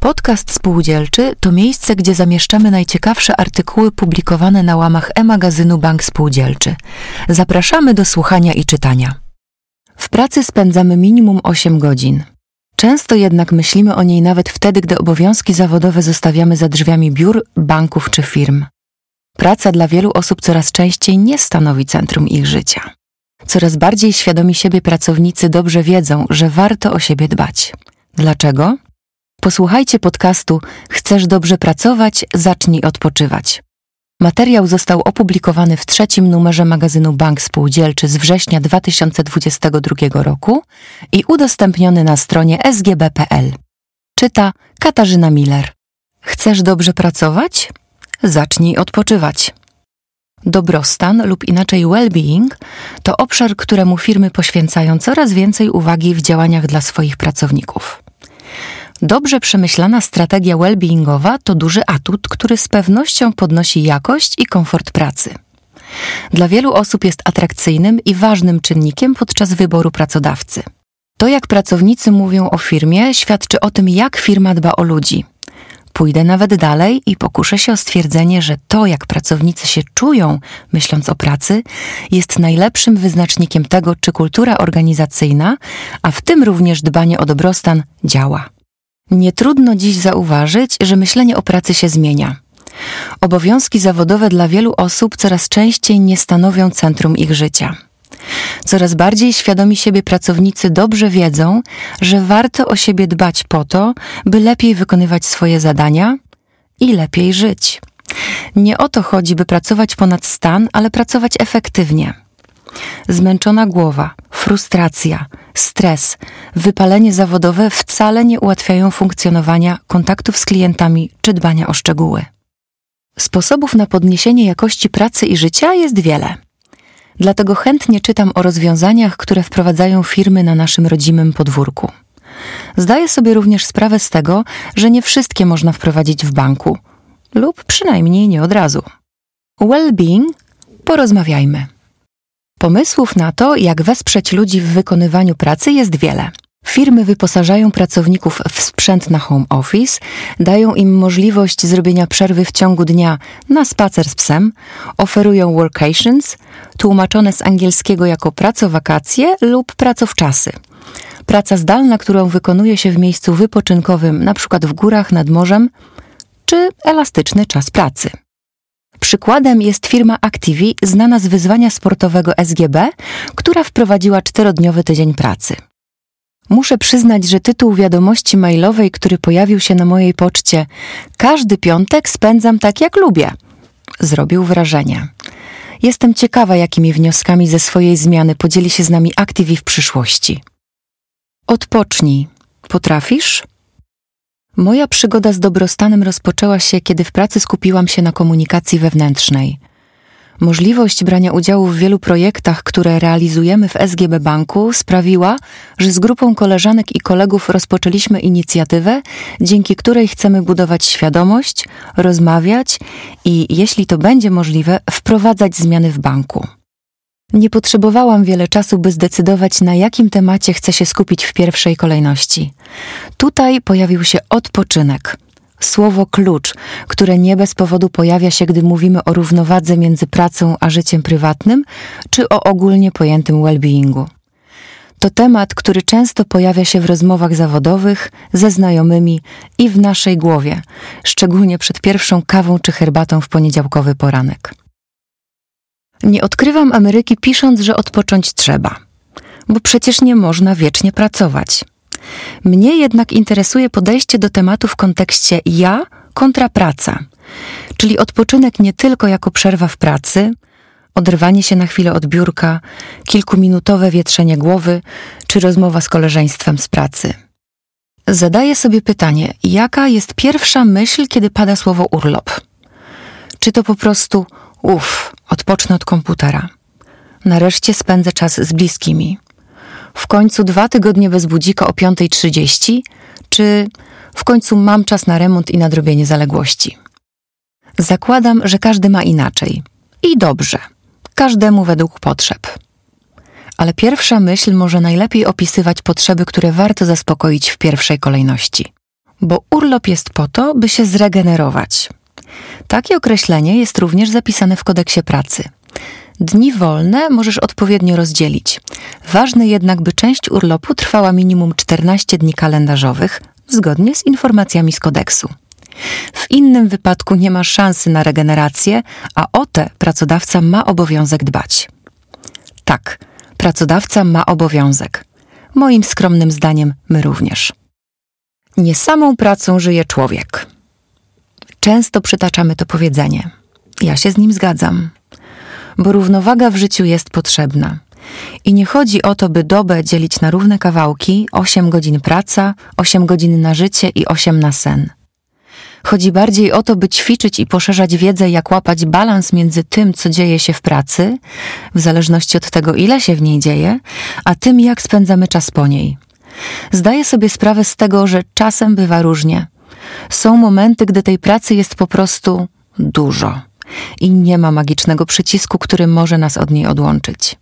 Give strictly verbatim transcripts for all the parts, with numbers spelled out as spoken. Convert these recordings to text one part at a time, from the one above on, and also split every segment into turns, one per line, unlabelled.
Podcast Spółdzielczy to miejsce, gdzie zamieszczamy najciekawsze artykuły publikowane na łamach e-magazynu Bank Spółdzielczy. Zapraszamy do słuchania i czytania. W pracy spędzamy minimum osiem godzin. Często jednak myślimy o niej nawet wtedy, gdy obowiązki zawodowe zostawiamy za drzwiami biur, banków czy firm. Praca dla wielu osób coraz częściej nie stanowi centrum ich życia. Coraz bardziej świadomi siebie pracownicy dobrze wiedzą, że warto o siebie dbać. Dlaczego? Posłuchajcie podcastu Chcesz dobrze pracować? Zacznij odpoczywać. Materiał został opublikowany w trzecim numerze magazynu Bank Spółdzielczy z września dwa tysiące dwudziestego drugiego roku i udostępniony na stronie s g b kropka p l. Czyta Katarzyna Miller. Chcesz dobrze pracować? Zacznij odpoczywać. Dobrostan lub inaczej well-being to obszar, któremu firmy poświęcają coraz więcej uwagi w działaniach dla swoich pracowników. Dobrze przemyślana strategia well-beingowa to duży atut, który z pewnością podnosi jakość i komfort pracy. Dla wielu osób jest atrakcyjnym i ważnym czynnikiem podczas wyboru pracodawcy. To, jak pracownicy mówią o firmie, świadczy o tym, jak firma dba o ludzi. Pójdę nawet dalej i pokuszę się o stwierdzenie, że to, jak pracownicy się czują, myśląc o pracy, jest najlepszym wyznacznikiem tego, czy kultura organizacyjna, a w tym również dbanie o dobrostan, działa. Nie trudno dziś zauważyć, że myślenie o pracy się zmienia. Obowiązki zawodowe dla wielu osób coraz częściej nie stanowią centrum ich życia. Coraz bardziej świadomi siebie pracownicy dobrze wiedzą, że warto o siebie dbać po to, by lepiej wykonywać swoje zadania i lepiej żyć. Nie o to chodzi, by pracować ponad stan, ale pracować efektywnie. Zmęczona głowa, frustracja, stres, wypalenie zawodowe wcale nie ułatwiają funkcjonowania, kontaktów z klientami czy dbania o szczegóły. Sposobów na podniesienie jakości pracy i życia jest wiele. Dlatego chętnie czytam o rozwiązaniach, które wprowadzają firmy na naszym rodzimym podwórku. Zdaję sobie również sprawę z tego, że nie wszystkie można wprowadzić w banku, lub przynajmniej nie od razu. Well-being? Porozmawiajmy. Pomysłów na to, jak wesprzeć ludzi w wykonywaniu pracy, jest wiele. Firmy wyposażają pracowników w sprzęt na home office, dają im możliwość zrobienia przerwy w ciągu dnia na spacer z psem, oferują workations, tłumaczone z angielskiego jako pracowakacje lub pracowczasy. Praca zdalna, którą wykonuje się w miejscu wypoczynkowym, np. w górach nad morzem, czy elastyczny czas pracy. Przykładem jest firma Activi, znana z wyzwania sportowego S G B, która wprowadziła czterodniowy tydzień pracy. Muszę przyznać, że tytuł wiadomości mailowej, który pojawił się na mojej poczcie „Każdy piątek spędzam tak jak lubię”, zrobił wrażenie. Jestem ciekawa, jakimi wnioskami ze swojej zmiany podzieli się z nami Activi w przyszłości. Odpocznij. Potrafisz? Moja przygoda z dobrostanem rozpoczęła się, kiedy w pracy skupiłam się na komunikacji wewnętrznej. Możliwość brania udziału w wielu projektach, które realizujemy w S G B Banku, sprawiła, że z grupą koleżanek i kolegów rozpoczęliśmy inicjatywę, dzięki której chcemy budować świadomość, rozmawiać i, jeśli to będzie możliwe, wprowadzać zmiany w banku. Nie potrzebowałam wiele czasu, by zdecydować, na jakim temacie chcę się skupić w pierwszej kolejności. Tutaj pojawił się odpoczynek. Słowo klucz, które nie bez powodu pojawia się, gdy mówimy o równowadze między pracą a życiem prywatnym, czy o ogólnie pojętym well-beingu. To temat, który często pojawia się w rozmowach zawodowych, ze znajomymi i w naszej głowie, szczególnie przed pierwszą kawą czy herbatą w poniedziałkowy poranek. Nie odkrywam Ameryki, pisząc, że odpocząć trzeba, bo przecież nie można wiecznie pracować. Mnie jednak interesuje podejście do tematu w kontekście ja kontra praca, czyli odpoczynek nie tylko jako przerwa w pracy, oderwanie się na chwilę od biurka, kilkuminutowe wietrzenie głowy czy rozmowa z koleżeństwem z pracy. Zadaję sobie pytanie, jaka jest pierwsza myśl, kiedy pada słowo urlop? Czy to po prostu uff, odpocznę od komputera. Nareszcie spędzę czas z bliskimi. W końcu dwa tygodnie bez budzika o piąta trzydzieści, czy w końcu mam czas na remont i nadrobienie zaległości. Zakładam, że każdy ma inaczej. I dobrze. Każdemu według potrzeb. Ale pierwsza myśl może najlepiej opisywać potrzeby, które warto zaspokoić w pierwszej kolejności. bo urlop jest po to, by się zregenerować. Takie określenie jest również zapisane w kodeksie pracy. Dni wolne możesz odpowiednio rozdzielić. Ważne jednak, by część urlopu trwała minimum czternaście dni kalendarzowych, zgodnie z informacjami z kodeksu. W innym wypadku nie masz szansy na regenerację, a o te pracodawca ma obowiązek dbać. Tak, pracodawca ma obowiązek. Moim skromnym zdaniem my również. Nie samą pracą żyje człowiek. Często przytaczamy to powiedzenie. Ja się z nim zgadzam. Bo równowaga w życiu jest potrzebna. I nie chodzi o to, by dobę dzielić na równe kawałki, osiem godzin praca, osiem godzin na życie i osiem na sen. Chodzi bardziej o to, by ćwiczyć i poszerzać wiedzę, jak łapać balans między tym, co dzieje się w pracy, w zależności od tego, ile się w niej dzieje, a tym, jak spędzamy czas po niej. Zdaję sobie sprawę z tego, że czasem bywa różnie. Są momenty, gdy tej pracy jest po prostu dużo i nie ma magicznego przycisku, który może nas od niej odłączyć.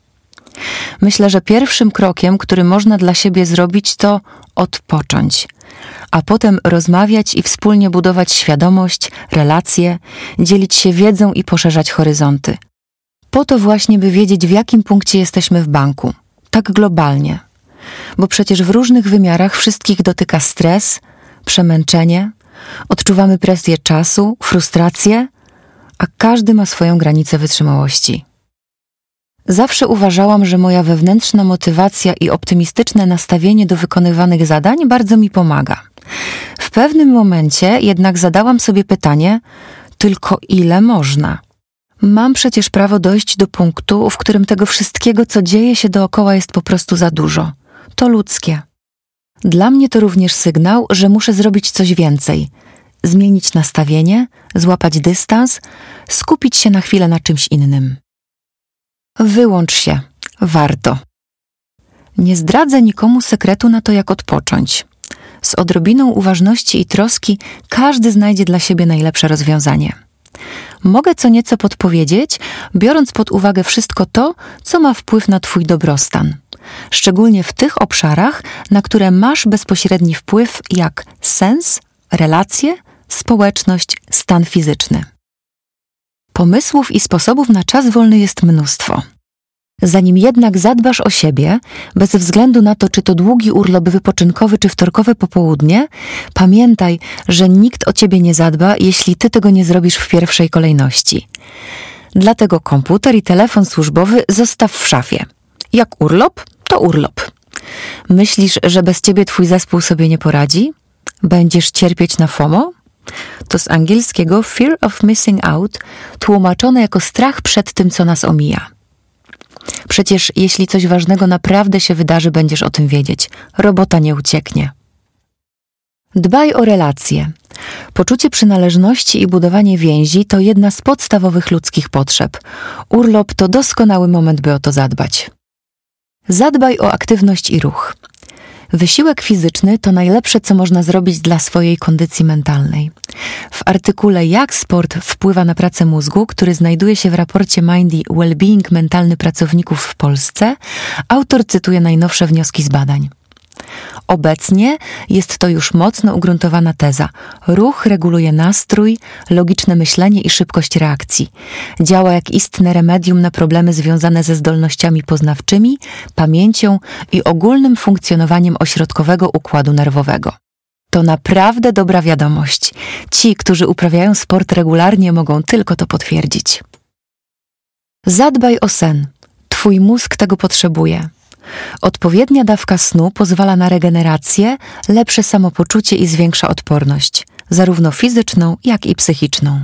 Myślę, że pierwszym krokiem, który można dla siebie zrobić, to odpocząć, a potem rozmawiać i wspólnie budować świadomość, relacje, dzielić się wiedzą i poszerzać horyzonty. Po to właśnie, by wiedzieć, w jakim punkcie jesteśmy w banku, tak globalnie. Bo przecież w różnych wymiarach wszystkich dotyka stres, przemęczenie, odczuwamy presję czasu, frustrację, a każdy ma swoją granicę wytrzymałości. Zawsze uważałam, że moja wewnętrzna motywacja i optymistyczne nastawienie do wykonywanych zadań bardzo mi pomaga. W pewnym momencie jednak zadałam sobie pytanie, tylko ile można? Mam przecież prawo dojść do punktu, w którym tego wszystkiego, co dzieje się dookoła, jest po prostu za dużo. To ludzkie. Dla mnie to również sygnał, że muszę zrobić coś więcej. Zmienić nastawienie, złapać dystans, skupić się na chwilę na czymś innym. Wyłącz się. Warto. Nie zdradzę nikomu sekretu na to, jak odpocząć. Z odrobiną uważności i troski każdy znajdzie dla siebie najlepsze rozwiązanie. Mogę co nieco podpowiedzieć, biorąc pod uwagę wszystko to, co ma wpływ na twój dobrostan. Szczególnie w tych obszarach, na które masz bezpośredni wpływ, jak sens, relacje, społeczność, stan fizyczny. Pomysłów i sposobów na czas wolny jest mnóstwo. Zanim jednak zadbasz o siebie, bez względu na to, czy to długi urlop wypoczynkowy, czy wtorkowe popołudnie, pamiętaj, że nikt o ciebie nie zadba, jeśli ty tego nie zrobisz w pierwszej kolejności. Dlatego komputer i telefon służbowy zostaw w szafie. Jak urlop, to urlop. Myślisz, że bez ciebie twój zespół sobie nie poradzi? Będziesz cierpieć na FOMO? To z angielskiego Fear of Missing Out, tłumaczone jako strach przed tym, co nas omija. Przecież jeśli coś ważnego naprawdę się wydarzy, będziesz o tym wiedzieć. Robota nie ucieknie. Dbaj o relacje. Poczucie przynależności i budowanie więzi to jedna z podstawowych ludzkich potrzeb. Urlop to doskonały moment, by o to zadbać. Zadbaj o aktywność i ruch. Wysiłek fizyczny to najlepsze, co można zrobić dla swojej kondycji mentalnej. W artykule Jak sport wpływa na pracę mózgu, który znajduje się w raporcie Mindy Wellbeing mentalny pracowników w Polsce, autor cytuje najnowsze wnioski z badań. Obecnie jest to już mocno ugruntowana teza. Ruch reguluje nastrój, logiczne myślenie i szybkość reakcji. Działa jak istne remedium na problemy związane ze zdolnościami poznawczymi, pamięcią i ogólnym funkcjonowaniem ośrodkowego układu nerwowego. To naprawdę dobra wiadomość. Ci, którzy uprawiają sport regularnie, mogą tylko to potwierdzić. Zadbaj o sen. Twój mózg tego potrzebuje. Odpowiednia dawka snu pozwala na regenerację, lepsze samopoczucie i zwiększa odporność, zarówno fizyczną, jak i psychiczną.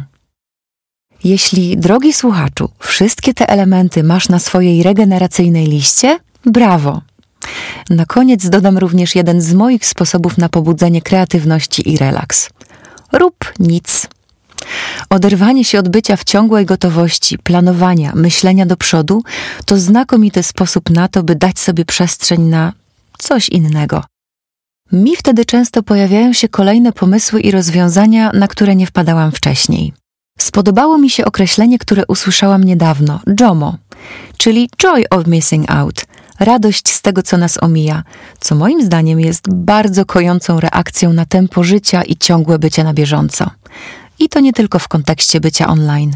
Jeśli, drogi słuchaczu, wszystkie te elementy masz na swojej regeneracyjnej liście, brawo! Na koniec dodam również jeden z moich sposobów na pobudzenie kreatywności i relaks. Rób nic. Oderwanie się od bycia w ciągłej gotowości, planowania, myślenia do przodu to znakomity sposób na to, by dać sobie przestrzeń na coś innego. Mi wtedy często pojawiają się kolejne pomysły i rozwiązania, na które nie wpadałam wcześniej. Spodobało mi się określenie, które usłyszałam niedawno, JOMO, czyli Joy of Missing Out, radość z tego, co nas omija, co moim zdaniem jest bardzo kojącą reakcją na tempo życia i ciągłe bycie na bieżąco. I to nie tylko w kontekście bycia online.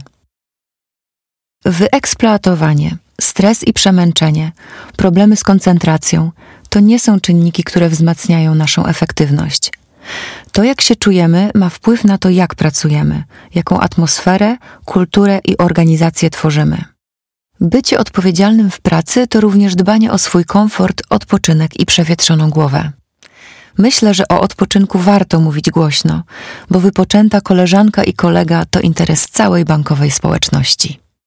Wyeksploatowanie, stres i przemęczenie, problemy z koncentracją to nie są czynniki, które wzmacniają naszą efektywność. To, jak się czujemy, ma wpływ na to, jak pracujemy, jaką atmosferę, kulturę i organizację tworzymy. Bycie odpowiedzialnym w pracy to również dbanie o swój komfort, odpoczynek i przewietrzoną głowę. Myślę, że o odpoczynku warto mówić głośno, bo wypoczęta koleżanka i kolega to interes całej bankowej społeczności.